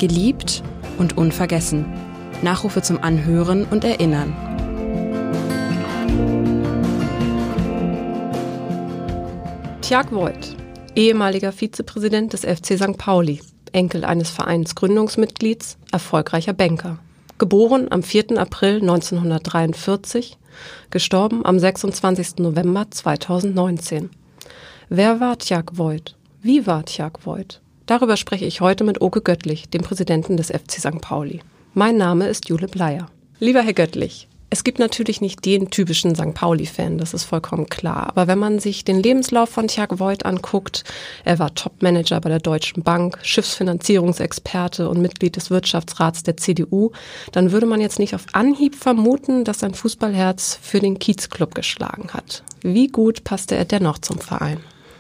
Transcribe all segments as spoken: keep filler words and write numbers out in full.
Geliebt und unvergessen. Nachrufe zum Anhören und Erinnern. Tjag Voigt, ehemaliger Vizepräsident des F C Sankt Pauli, Enkel eines Vereinsgründungsmitglieds, erfolgreicher Banker. Geboren am vierten April neunzehnhundertdreiundvierzig, gestorben am sechsundzwanzigsten November zweitausendneunzehn. Wer war Tjag Voigt? Wie war Tjag Voigt? Darüber spreche ich heute mit Oke Göttlich, dem Präsidenten des F C Sankt Pauli. Mein Name ist Jule Bleier. Lieber Herr Göttlich, es gibt natürlich nicht den typischen Sankt Pauli-Fan, das ist vollkommen klar. Aber wenn man sich den Lebenslauf von Tjag Voigt anguckt, er war Topmanager bei der Deutschen Bank, Schiffsfinanzierungsexperte und Mitglied des Wirtschaftsrats der C D U, dann würde man jetzt nicht auf Anhieb vermuten, dass sein Fußballherz für den Kiezclub geschlagen hat. Wie gut passte er dennoch zum Verein?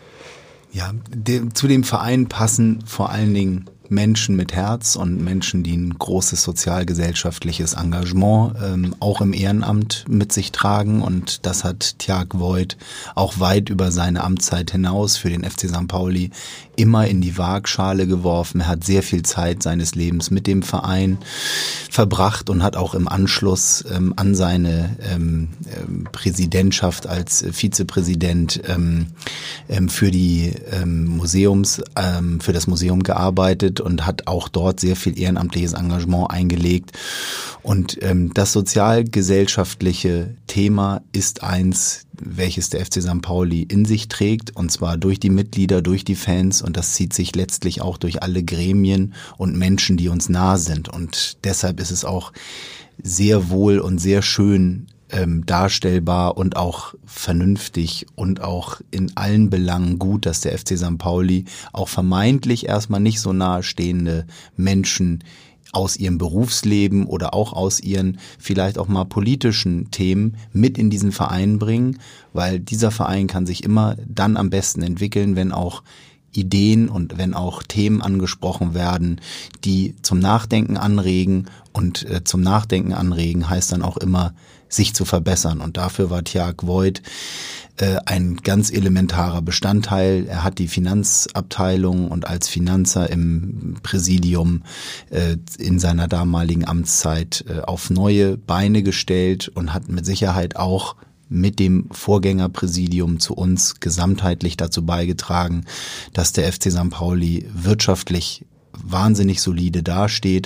Ja, de, zu dem Verein passen vor allen Dingen Menschen mit Herz und Menschen, die ein großes sozialgesellschaftliches Engagement ähm, auch im Ehrenamt mit sich tragen. Und das hat Tjag Voigt auch weit über seine Amtszeit hinaus für den F C Sankt Pauli immer in die Waagschale geworfen. Er hat sehr viel Zeit seines Lebens mit dem Verein verbracht und hat auch im Anschluss ähm, an seine ähm, ähm, Präsidentschaft als Vizepräsident ähm, ähm, für die ähm, Museums, ähm, für das Museum gearbeitet und hat auch dort sehr viel ehrenamtliches Engagement eingelegt. Und ähm, das sozialgesellschaftliche Thema ist eins, welches der F C Sankt Pauli in sich trägt, und zwar durch die Mitglieder, durch die Fans, und das zieht sich letztlich auch durch alle Gremien und Menschen, die uns nahe sind. Und deshalb ist es auch sehr wohl und sehr schön ähm, darstellbar und auch vernünftig und auch in allen Belangen gut, dass der F C Sankt Pauli auch vermeintlich erstmal nicht so nahestehende Menschen aus ihrem Berufsleben oder auch aus ihren vielleicht auch mal politischen Themen mit in diesen Verein bringen, weil dieser Verein kann sich immer dann am besten entwickeln, wenn auch Ideen und wenn auch Themen angesprochen werden, die zum Nachdenken anregen, und äh, zum Nachdenken anregen heißt dann auch immer, sich zu verbessern, und dafür war Tjag Voigt äh, ein ganz elementarer Bestandteil. Er hat die Finanzabteilung und als Finanzer im Präsidium äh, in seiner damaligen Amtszeit äh, auf neue Beine gestellt und hat mit Sicherheit auch mit dem Vorgängerpräsidium zu uns gesamtheitlich dazu beigetragen, dass der F C Sankt Pauli wirtschaftlich wahnsinnig solide dasteht.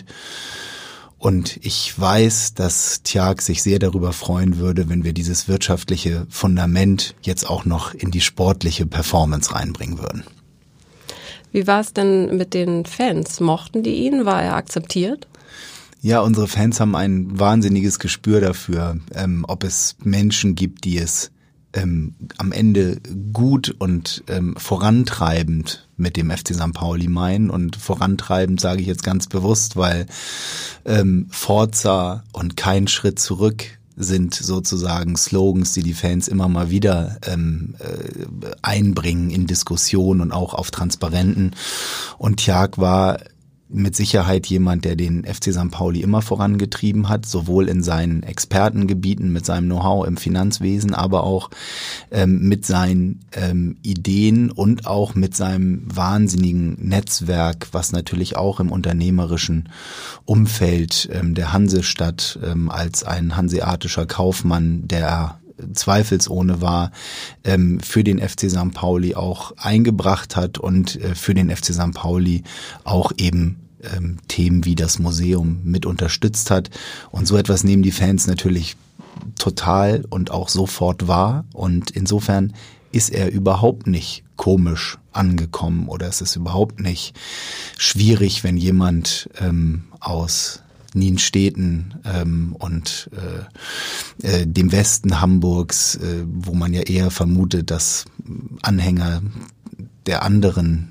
Und ich weiß, dass Tjag sich sehr darüber freuen würde, wenn wir dieses wirtschaftliche Fundament jetzt auch noch in die sportliche Performance reinbringen würden. Wie war es denn mit den Fans? Mochten die ihn? War er akzeptiert? Ja, unsere Fans haben ein wahnsinniges Gespür dafür, ähm, ob es Menschen gibt, die es ähm, am Ende gut und ähm, vorantreibend mit dem F C Sankt Pauli meinen. Und vorantreibend sage ich jetzt ganz bewusst, weil ähm, Forza und kein Schritt zurück sind sozusagen Slogans, die die Fans immer mal wieder ähm, äh, einbringen in Diskussionen und auch auf Transparenten. Und Tjag war mit Sicherheit jemand, der den F C Sankt Pauli immer vorangetrieben hat, sowohl in seinen Expertengebieten mit seinem Know-how im Finanzwesen, aber auch ähm, mit seinen ähm, Ideen und auch mit seinem wahnsinnigen Netzwerk, was natürlich auch im unternehmerischen Umfeld ähm, der Hansestadt ähm, als ein hanseatischer Kaufmann, der zweifelsohne war, ähm, für den F C Sankt Pauli auch eingebracht hat und äh, für den F C Sankt Pauli auch eben ähm, Themen wie das Museum mit unterstützt hat. Und so etwas nehmen die Fans natürlich total und auch sofort wahr. Und insofern ist er überhaupt nicht komisch angekommen oder es ist überhaupt nicht schwierig, wenn jemand ähm, aus Nienstädten ähm, und äh, äh, dem Westen Hamburgs, äh, wo man ja eher vermutet, dass Anhänger der anderen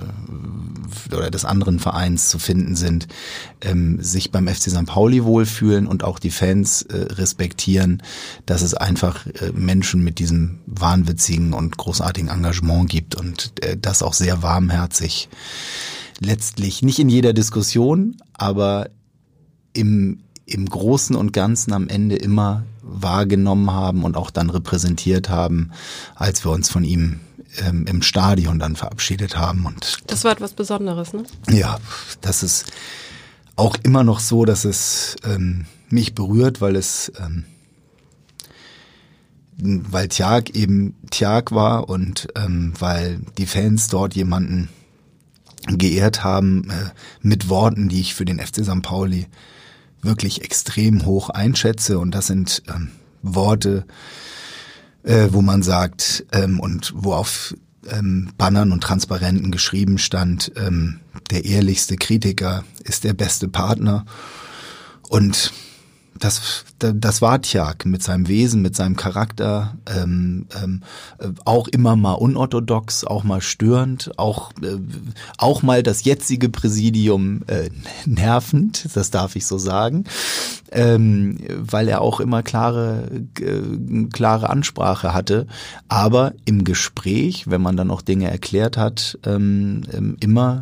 äh, oder des anderen Vereins zu finden sind, ähm, sich beim F C Sankt Pauli wohlfühlen und auch die Fans äh, respektieren, dass es einfach äh, Menschen mit diesem wahnwitzigen und großartigen Engagement gibt und äh, das auch sehr warmherzig letztlich, nicht in jeder Diskussion, aber im, im Großen und Ganzen am Ende immer wahrgenommen haben und auch dann repräsentiert haben, als wir uns von ihm ähm, im Stadion dann verabschiedet haben. Und das war etwas Besonderes, ne? Ja, das ist auch immer noch so, dass es ähm, mich berührt, weil es ähm, weil Tjag eben Tjag war und ähm, weil die Fans dort jemanden geehrt haben äh, mit Worten, die ich für den F C Sankt Pauli wirklich extrem hoch einschätze. Und das sind ähm, Worte, äh, wo man sagt ähm, und wo auf ähm, Bannern und Transparenten geschrieben stand, ähm, der ehrlichste Kritiker ist der beste Partner. Und Das, das war Tjag mit seinem Wesen, mit seinem Charakter, ähm, ähm, auch immer mal unorthodox, auch mal störend, auch äh, auch mal das jetzige Präsidium äh, nervend, das darf ich so sagen, ähm, weil er auch immer klare äh, klare Ansprache hatte, aber im Gespräch, wenn man dann auch Dinge erklärt hat, ähm, ähm, immer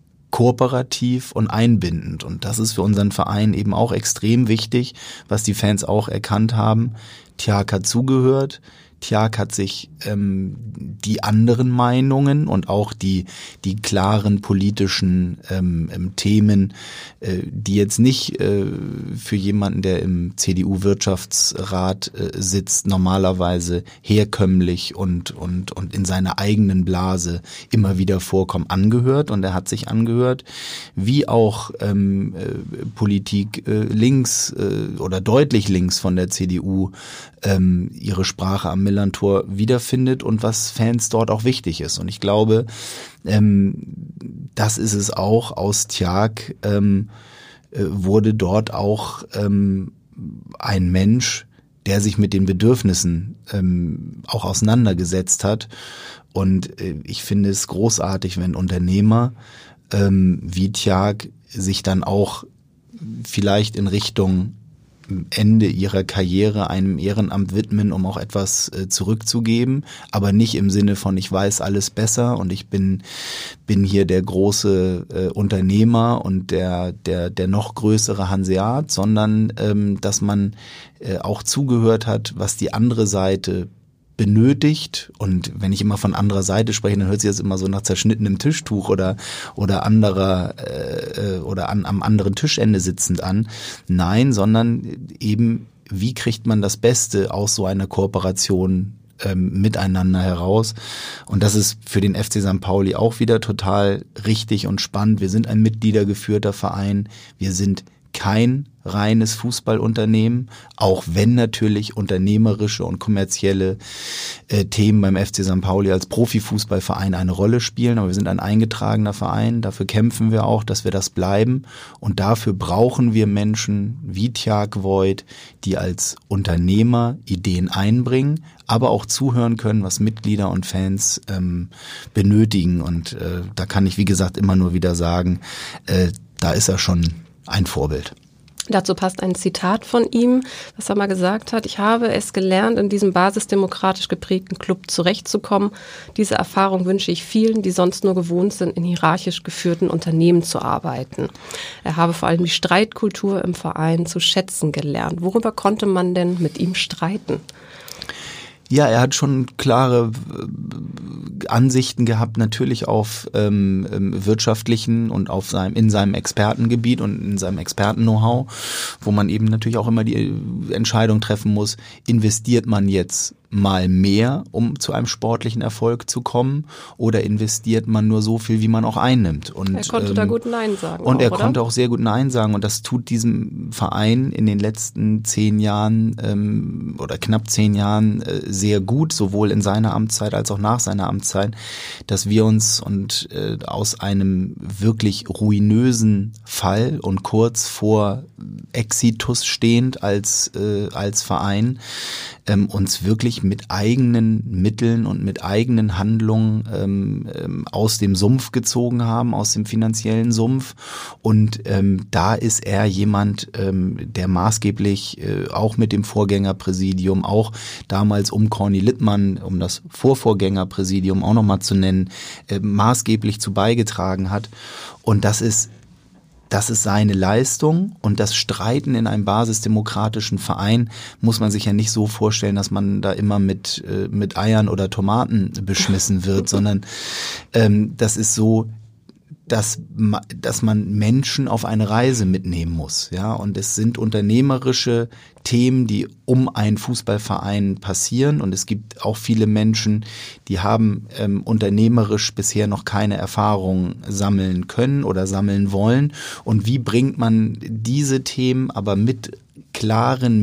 kooperativ und einbindend. Und das ist für unseren Verein eben auch extrem wichtig, was die Fans auch erkannt haben. Tjag hat zugehört. Tjag hat sich ähm, die anderen Meinungen und auch die die klaren politischen ähm, ähm, Themen, äh, die jetzt nicht äh, für jemanden, der im C D U-Wirtschaftsrat äh, sitzt, normalerweise herkömmlich und und und in seiner eigenen Blase immer wieder vorkommen, angehört. Und er hat sich angehört, wie auch ähm, äh, Politik äh, links äh, oder deutlich links von der C D U ähm, ihre Sprache am Millerntor wiederfindet und was Fans dort auch wichtig ist. Und ich glaube, ähm, das ist es auch. Aus Tjag ähm, äh, wurde dort auch ähm, ein Mensch, der sich mit den Bedürfnissen ähm, auch auseinandergesetzt hat. Und äh, ich finde es großartig, wenn Unternehmer ähm, wie Tjag sich dann auch vielleicht in Richtung Ende ihrer Karriere einem Ehrenamt widmen, um auch etwas äh, zurückzugeben, aber nicht im Sinne von ich weiß alles besser und ich bin bin hier der große äh, Unternehmer und der der der noch größere Hanseat, sondern ähm, dass man äh, auch zugehört hat, was die andere Seite benötigt. Und wenn ich immer von anderer Seite spreche, dann hört sich das immer so nach zerschnittenem Tischtuch oder oder anderer äh, oder an, am anderen Tischende sitzend an. Nein, sondern eben, wie kriegt man das Beste aus so einer Kooperation ähm, miteinander heraus? Und das ist für den F C Sankt Pauli auch wieder total richtig und spannend. Wir sind ein mitgliedergeführter Verein. Wir sind kein reines Fußballunternehmen, auch wenn natürlich unternehmerische und kommerzielle äh, Themen beim F C Sankt Pauli als Profifußballverein eine Rolle spielen. Aber wir sind ein eingetragener Verein, dafür kämpfen wir auch, dass wir das bleiben. Und dafür brauchen wir Menschen wie Tjag Voigt, die als Unternehmer Ideen einbringen, aber auch zuhören können, was Mitglieder und Fans ähm, benötigen. Und äh, da kann ich, wie gesagt, immer nur wieder sagen, äh, da ist er schon ein Vorbild. Dazu passt ein Zitat von ihm, was er mal gesagt hat: Ich habe es gelernt, in diesem basisdemokratisch geprägten Club zurechtzukommen. Diese Erfahrung wünsche ich vielen, die sonst nur gewohnt sind, in hierarchisch geführten Unternehmen zu arbeiten. Er habe vor allem die Streitkultur im Verein zu schätzen gelernt. Worüber konnte man denn mit ihm streiten? Ja, er hat schon klare Ansichten gehabt, natürlich auf ähm, wirtschaftlichen und auf seinem in seinem Expertengebiet und in seinem Experten-Know-how, wo man eben natürlich auch immer die Entscheidung treffen muss, investiert man jetzt mal mehr, um zu einem sportlichen Erfolg zu kommen, oder investiert man nur so viel, wie man auch einnimmt? Und, er konnte ähm, da gut Nein sagen. Und auch, er oder? konnte auch sehr gut Nein sagen, und das tut diesem Verein in den letzten zehn Jahren ähm, oder knapp zehn Jahren äh, sehr gut, sowohl in seiner Amtszeit als auch nach seiner Amtszeit, dass wir uns und äh, aus einem wirklich ruinösen Fall und kurz vor Exitus stehend als äh, als Verein ähm, uns wirklich mit eigenen Mitteln und mit eigenen Handlungen ähm, ähm, aus dem Sumpf gezogen haben, aus dem finanziellen Sumpf. Und ähm, da ist er jemand, ähm, der maßgeblich äh, auch mit dem Vorgängerpräsidium, auch damals um Corny Littmann, um das Vorvorgängerpräsidium auch nochmal zu nennen, äh, maßgeblich zu beigetragen hat. Und das ist Das ist seine Leistung, und das Streiten in einem basisdemokratischen Verein muss man sich ja nicht so vorstellen, dass man da immer mit äh, mit Eiern oder Tomaten beschmissen wird, sondern ähm, das ist so, dass, dass man Menschen auf eine Reise mitnehmen muss, ja, und es sind unternehmerische Themen, die um einen Fußballverein passieren, und es gibt auch viele Menschen, die haben ähm, unternehmerisch bisher noch keine Erfahrung sammeln können oder sammeln wollen, und wie bringt man diese Themen aber mit klaren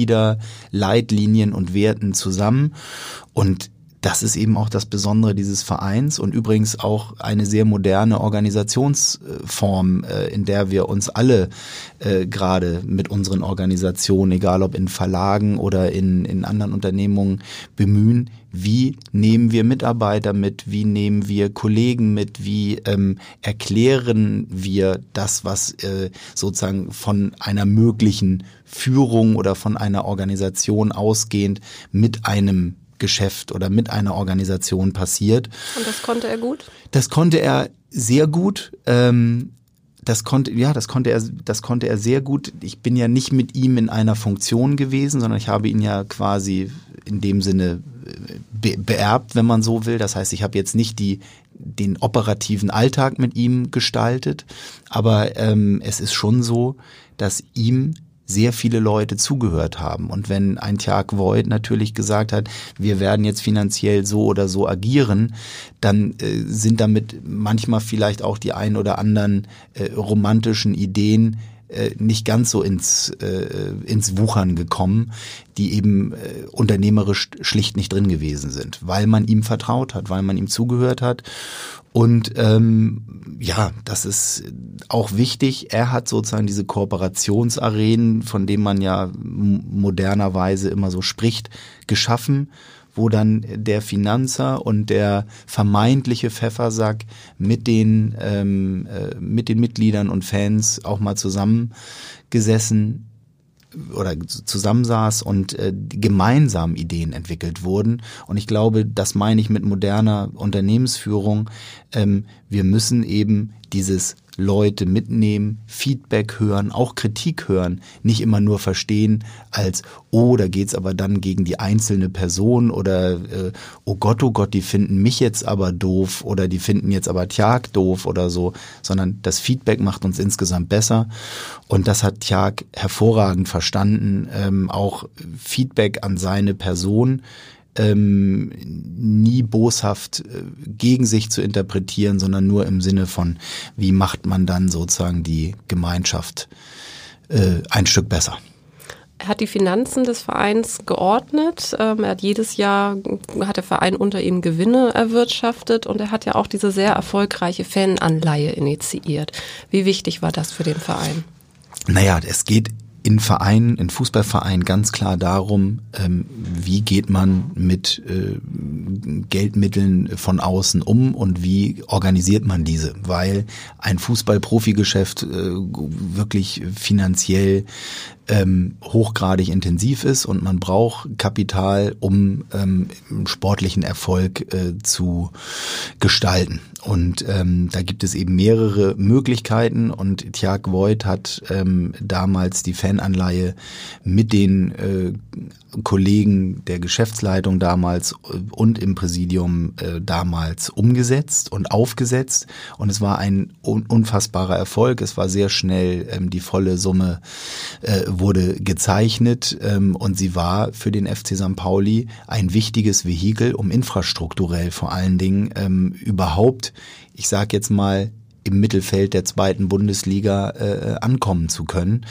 Mitgliederleitlinien und Werten zusammen? Und das ist eben auch das Besondere dieses Vereins und übrigens auch eine sehr moderne Organisationsform, in der wir uns alle äh, gerade mit unseren Organisationen, egal ob in Verlagen oder in, in anderen Unternehmungen, bemühen. Wie nehmen wir Mitarbeiter mit? Wie nehmen wir Kollegen mit? Wie ähm, erklären wir das, was äh, sozusagen von einer möglichen Führung oder von einer Organisation ausgehend mit einem Geschäft oder mit einer Organisation passiert. Und das konnte er gut? Das konnte er sehr gut. Ähm, das konnte, ja, das konnte er, das konnte er sehr gut. Ich bin ja nicht mit ihm in einer Funktion gewesen, sondern ich habe ihn ja quasi in dem Sinne be- beerbt, wenn man so will. Das heißt, ich habe jetzt nicht die den operativen Alltag mit ihm gestaltet, aber ähm, es ist schon so, dass ihm sehr viele Leute zugehört haben. Und wenn ein Tjag Voigt natürlich gesagt hat, wir werden jetzt finanziell so oder so agieren, dann äh, sind damit manchmal vielleicht auch die ein oder anderen äh, romantischen Ideen äh, nicht ganz so ins äh, ins Wuchern gekommen, die eben äh, unternehmerisch schlicht nicht drin gewesen sind, weil man ihm vertraut hat, weil man ihm zugehört hat. Und ähm, ja, das ist auch wichtig. Er hat sozusagen diese Kooperationsarenen, von denen man ja m- modernerweise immer so spricht, geschaffen, wo dann der Finanzer und der vermeintliche Pfeffersack mit den ähm, äh, mit den Mitgliedern und Fans auch mal zusammengesessen oder zusammensaß und äh, gemeinsam Ideen entwickelt wurden. Und ich glaube, das meine ich mit moderner Unternehmensführung. Ähm, wir müssen eben dieses Leute mitnehmen, Feedback hören, auch Kritik hören, nicht immer nur verstehen als, oh, da geht's aber dann gegen die einzelne Person oder äh, oh Gott, oh Gott, die finden mich jetzt aber doof oder die finden jetzt aber Tjag doof oder so, sondern das Feedback macht uns insgesamt besser, und das hat Tjag hervorragend verstanden, ähm, auch Feedback an seine Person Ähm, nie boshaft äh, gegen sich zu interpretieren, sondern nur im Sinne von, wie macht man dann sozusagen die Gemeinschaft äh, ein Stück besser. Er hat die Finanzen des Vereins geordnet. Ähm, er hat jedes Jahr, hat der Verein unter ihm Gewinne erwirtschaftet, und er hat ja auch diese sehr erfolgreiche Fananleihe initiiert. Wie wichtig war das für den Verein? Naja, es geht in Vereinen, in Fußballvereinen ganz klar darum, ähm, wie geht man mit äh, Geldmitteln von außen um und wie organisiert man diese, weil ein Fußball-Profi-Geschäft äh, wirklich finanziell ähm, hochgradig intensiv ist und man braucht Kapital, um ähm, sportlichen Erfolg äh, zu gestalten. Und ähm, da gibt es eben mehrere Möglichkeiten, und Tjag Voigt hat ähm, damals die Fananleihe mit den äh, Kollegen der Geschäftsleitung damals und im Präsidium äh, damals umgesetzt und aufgesetzt, und es war ein un- unfassbarer Erfolg. Es war sehr schnell, ähm, die volle Summe äh, wurde gezeichnet, ähm, und sie war für den F C Sankt Pauli ein wichtiges Vehikel, um infrastrukturell vor allen Dingen ähm, überhaupt, ich sage jetzt mal, im Mittelfeld der zweiten Bundesliga äh, ankommen zu können.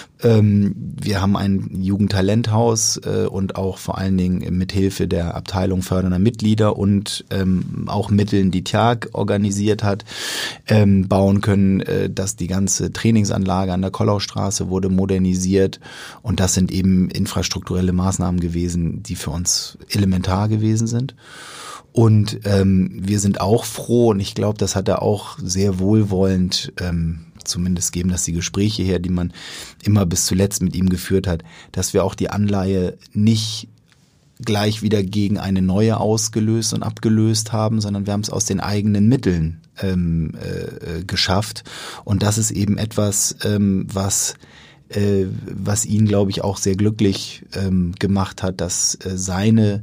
Ähm, wir haben ein Jugendtalenthaus äh, und auch vor allen Dingen mit Hilfe der Abteilung fördernder Mitglieder und ähm, auch Mitteln, die Tjag organisiert hat, ähm, bauen können. Äh, dass die ganze Trainingsanlage an der Kollaustraße wurde modernisiert, und das sind eben infrastrukturelle Maßnahmen gewesen, die für uns elementar gewesen sind. Und ähm, wir sind auch froh, und ich glaube, das hat er auch sehr wohlwollend, ähm, zumindest geben das die Gespräche her, die man immer bis zuletzt mit ihm geführt hat, dass wir auch die Anleihe nicht gleich wieder gegen eine neue ausgelöst und abgelöst haben, sondern wir haben es aus den eigenen Mitteln ähm, äh, geschafft. Und das ist eben etwas, ähm, was äh, was ihn, glaube ich, auch sehr glücklich ähm, gemacht hat, dass äh, seine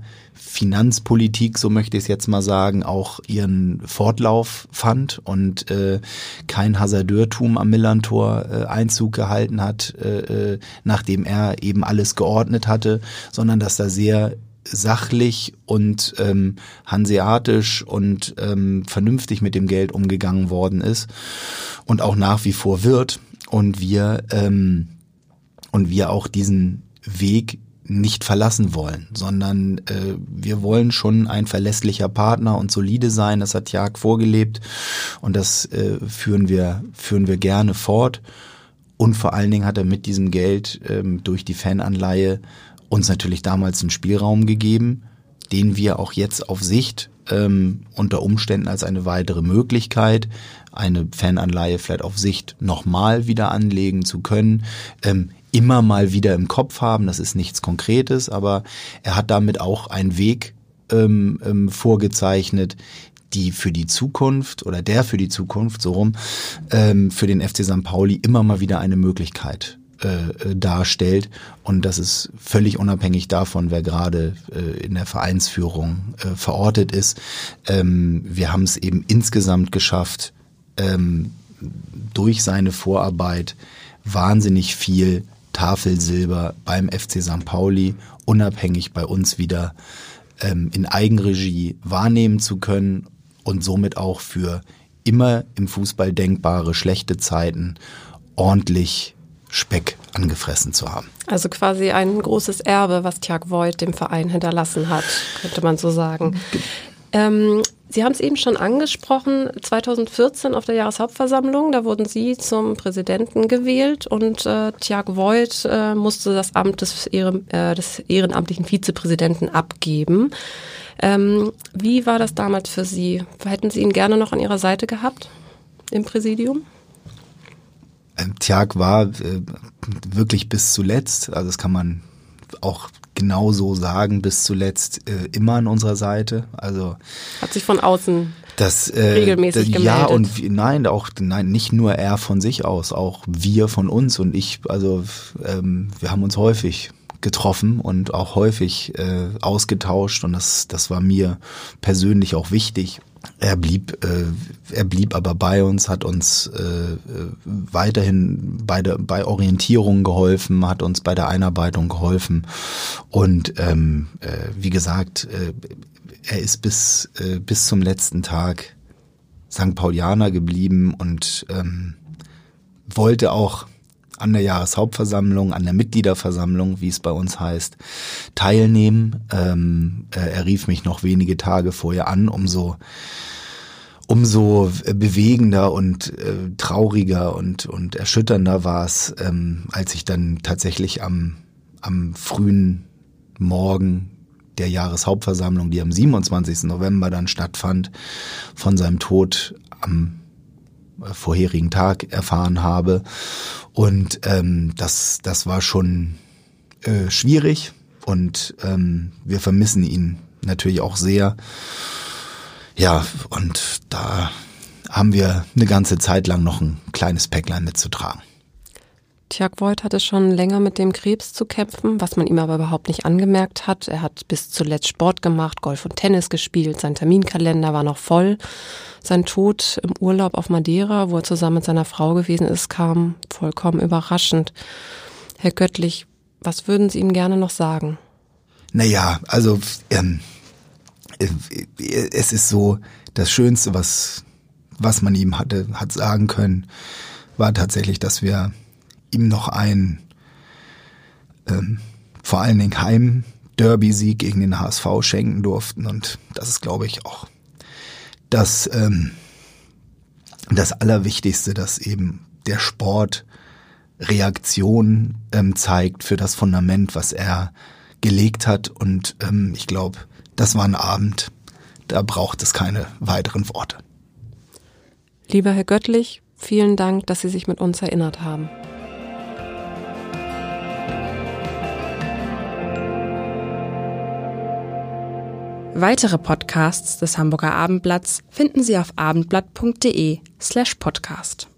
Finanzpolitik, so möchte ich es jetzt mal sagen, auch ihren Fortlauf fand und äh, kein Hasardeurtum am Millantor äh, Einzug gehalten hat, äh, nachdem er eben alles geordnet hatte, sondern dass da sehr sachlich und ähm, hanseatisch und ähm, vernünftig mit dem Geld umgegangen worden ist und auch nach wie vor wird und wir ähm, und wir auch diesen Weg nicht verlassen wollen, sondern äh, wir wollen schon ein verlässlicher Partner und solide sein. Das hat Tjag vorgelebt und das äh, führen wir führen wir gerne fort. Und vor allen Dingen hat er mit diesem Geld ähm, durch die Fananleihe uns natürlich damals einen Spielraum gegeben, den wir auch jetzt auf Sicht ähm, unter Umständen als eine weitere Möglichkeit, eine Fananleihe vielleicht auf Sicht nochmal wieder anlegen zu können, ähm, immer mal wieder im Kopf haben. Das ist nichts Konkretes, aber er hat damit auch einen Weg ähm, ähm, vorgezeichnet, die für die Zukunft oder der für die Zukunft, so rum, ähm, für den F C Sankt Pauli immer mal wieder eine Möglichkeit äh, darstellt. Und das ist völlig unabhängig davon, wer gerade äh, in der Vereinsführung äh, verortet ist. Ähm, wir haben es eben insgesamt geschafft, ähm, durch seine Vorarbeit wahnsinnig viel Tafelsilber beim F C Sankt Pauli unabhängig bei uns wieder ähm, in Eigenregie wahrnehmen zu können und somit auch für immer im Fußball denkbare schlechte Zeiten ordentlich Speck angefressen zu haben. Also quasi ein großes Erbe, was Tjag Voigt dem Verein hinterlassen hat, könnte man so sagen. Ge- ähm, Sie haben es eben schon angesprochen, zweitausendvierzehn auf der Jahreshauptversammlung, da wurden Sie zum Präsidenten gewählt und äh, Tjag Voigt äh, musste das Amt des, Ehren, äh, des ehrenamtlichen Vizepräsidenten abgeben. Ähm, wie war das damals für Sie? Hätten Sie ihn gerne noch an Ihrer Seite gehabt im Präsidium? Tjag war äh, wirklich bis zuletzt, also das kann man auch genauso sagen, bis zuletzt äh, immer an unserer Seite. Also hat sich von außen das, äh, regelmäßig das, gemeldet. Ja und wie, nein, auch nein, nicht nur er von sich aus, auch wir von uns und ich. Also ähm, wir haben uns häufig getroffen und auch häufig äh, ausgetauscht und das, das war mir persönlich auch wichtig. Er blieb, äh, er blieb aber bei uns, hat uns äh, weiterhin bei der bei Orientierung geholfen, hat uns bei der Einarbeitung geholfen und ähm, äh, wie gesagt, äh, er ist bis äh, bis zum letzten Tag Sankt Paulianer geblieben und ähm, wollte auch an der Jahreshauptversammlung, an der Mitgliederversammlung, wie es bei uns heißt, teilnehmen. Ähm, äh, er rief mich noch wenige Tage vorher an, umso umso bewegender und äh, trauriger und und erschütternder war es, ähm, als ich dann tatsächlich am am frühen Morgen der Jahreshauptversammlung, die am siebenundzwanzigsten November dann stattfand, von seinem Tod am vorherigen Tag erfahren habe. Und ähm, das, das war schon äh, schwierig und ähm, wir vermissen ihn natürlich auch sehr. Ja, und da haben wir eine ganze Zeit lang noch ein kleines Päcklein mitzutragen. Tjag Voigt hatte schon länger mit dem Krebs zu kämpfen, was man ihm aber überhaupt nicht angemerkt hat. Er hat bis zuletzt Sport gemacht, Golf und Tennis gespielt, sein Terminkalender war noch voll. Sein Tod im Urlaub auf Madeira, wo er zusammen mit seiner Frau gewesen ist, kam vollkommen überraschend. Herr Göttlich, was würden Sie ihm gerne noch sagen? Naja, also ähm, äh, es ist so, das Schönste, was, was man ihm hatte, hat sagen können, war tatsächlich, dass wir ihm noch einen ähm, vor allen Dingen Heim-Derby-Sieg gegen den H S V schenken durften. Und das ist, glaube ich, auch das, ähm, das Allerwichtigste, dass eben der Sport Reaktion ähm, zeigt für das Fundament, was er gelegt hat. Und ähm, ich glaube, das war ein Abend, da braucht es keine weiteren Worte. Lieber Herr Göttlich, vielen Dank, dass Sie sich mit uns erinnert haben. Weitere Podcasts des Hamburger Abendblatts finden Sie auf abendblatt punkt de slash podcast.